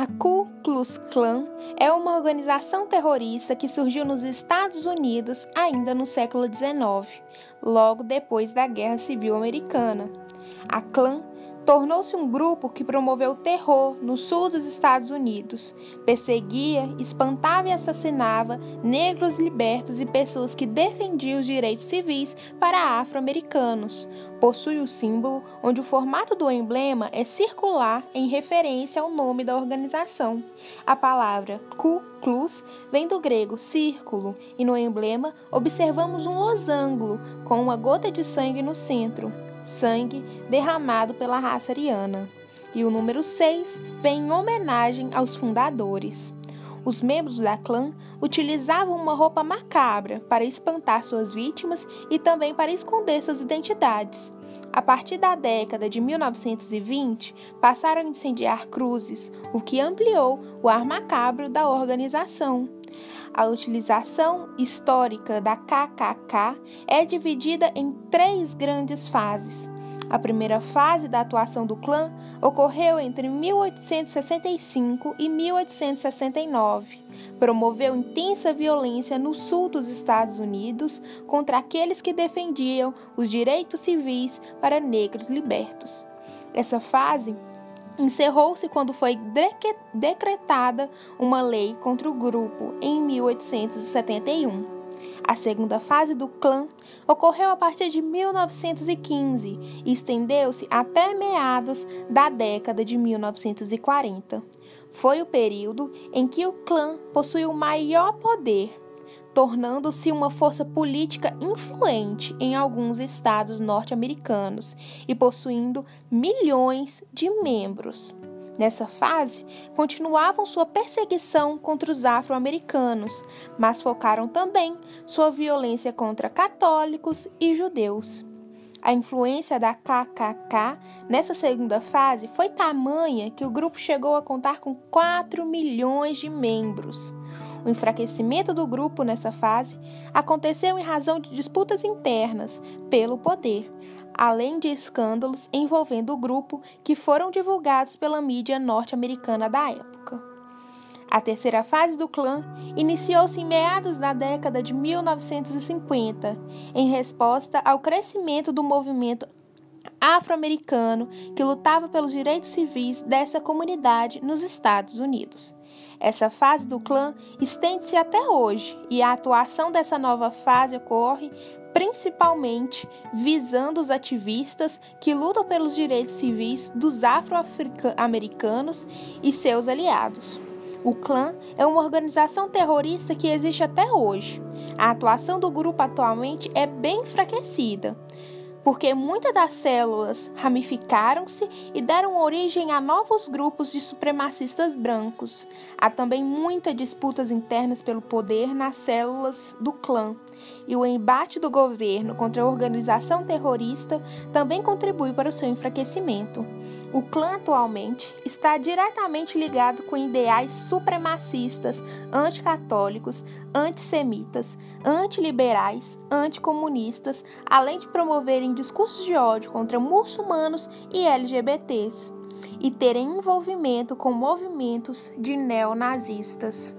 Ku Klux Klan é uma organização terrorista que surgiu nos Estados Unidos ainda no século XIX, logo depois da Guerra Civil Americana. A Klan tornou-se um grupo que promoveu terror no sul dos Estados Unidos, perseguia, espantava e assassinava negros libertos e pessoas que defendiam os direitos civis para afro-americanos. Possui o símbolo onde o formato do emblema é circular em referência ao nome da organização. A palavra Ku Klux vem do grego círculo e no emblema observamos um losango com uma gota de sangue no centro. Sangue derramado pela raça ariana. E o número 6 vem em homenagem aos fundadores. Os membros da clã utilizavam uma roupa macabra para espantar suas vítimas e também para esconder suas identidades. A partir da década de 1920, passaram a incendiar cruzes, o que ampliou o ar macabro da organização. A utilização histórica da KKK é dividida em 3 grandes fases. A primeira fase da atuação do clã ocorreu entre 1865 e 1869. Promoveu intensa violência no sul dos Estados Unidos contra aqueles que defendiam os direitos civis para negros libertos. Essa fase encerrou-se quando foi decretada uma lei contra o grupo em 1871. A segunda fase do clã ocorreu a partir de 1915 e estendeu-se até meados da década de 1940. Foi o período em que o clã possuiu maior poder, tornando-se uma força política influente em alguns estados norte-americanos e possuindo milhões de membros. Nessa fase, continuavam sua perseguição contra os afro-americanos, mas focaram também sua violência contra católicos e judeus. A influência da KKK nessa segunda fase foi tamanha que o grupo chegou a contar com 4 milhões de membros. O enfraquecimento do grupo nessa fase aconteceu em razão de disputas internas pelo poder, além de escândalos envolvendo o grupo que foram divulgados pela mídia norte-americana da época. A terceira fase do clã iniciou-se em meados da década de 1950, em resposta ao crescimento do movimento afro-americano que lutava pelos direitos civis dessa comunidade nos Estados Unidos. Essa fase do clã estende-se até hoje e a atuação dessa nova fase ocorre principalmente visando os ativistas que lutam pelos direitos civis dos afro-americanos e seus aliados. O clã é uma organização terrorista que existe até hoje. A atuação do grupo atualmente é bem enfraquecida, porque muitas das células ramificaram-se e deram origem a novos grupos de supremacistas brancos. Há também muitas disputas internas pelo poder nas células do clã, e o embate do governo contra a organização terrorista também contribui para o seu enfraquecimento. O clã atualmente está diretamente ligado com ideais supremacistas, anticatólicos, antissemitas, antiliberais, anticomunistas, além de promoverem discursos de ódio contra muçulmanos e LGBTs, e terem envolvimento com movimentos de neonazistas.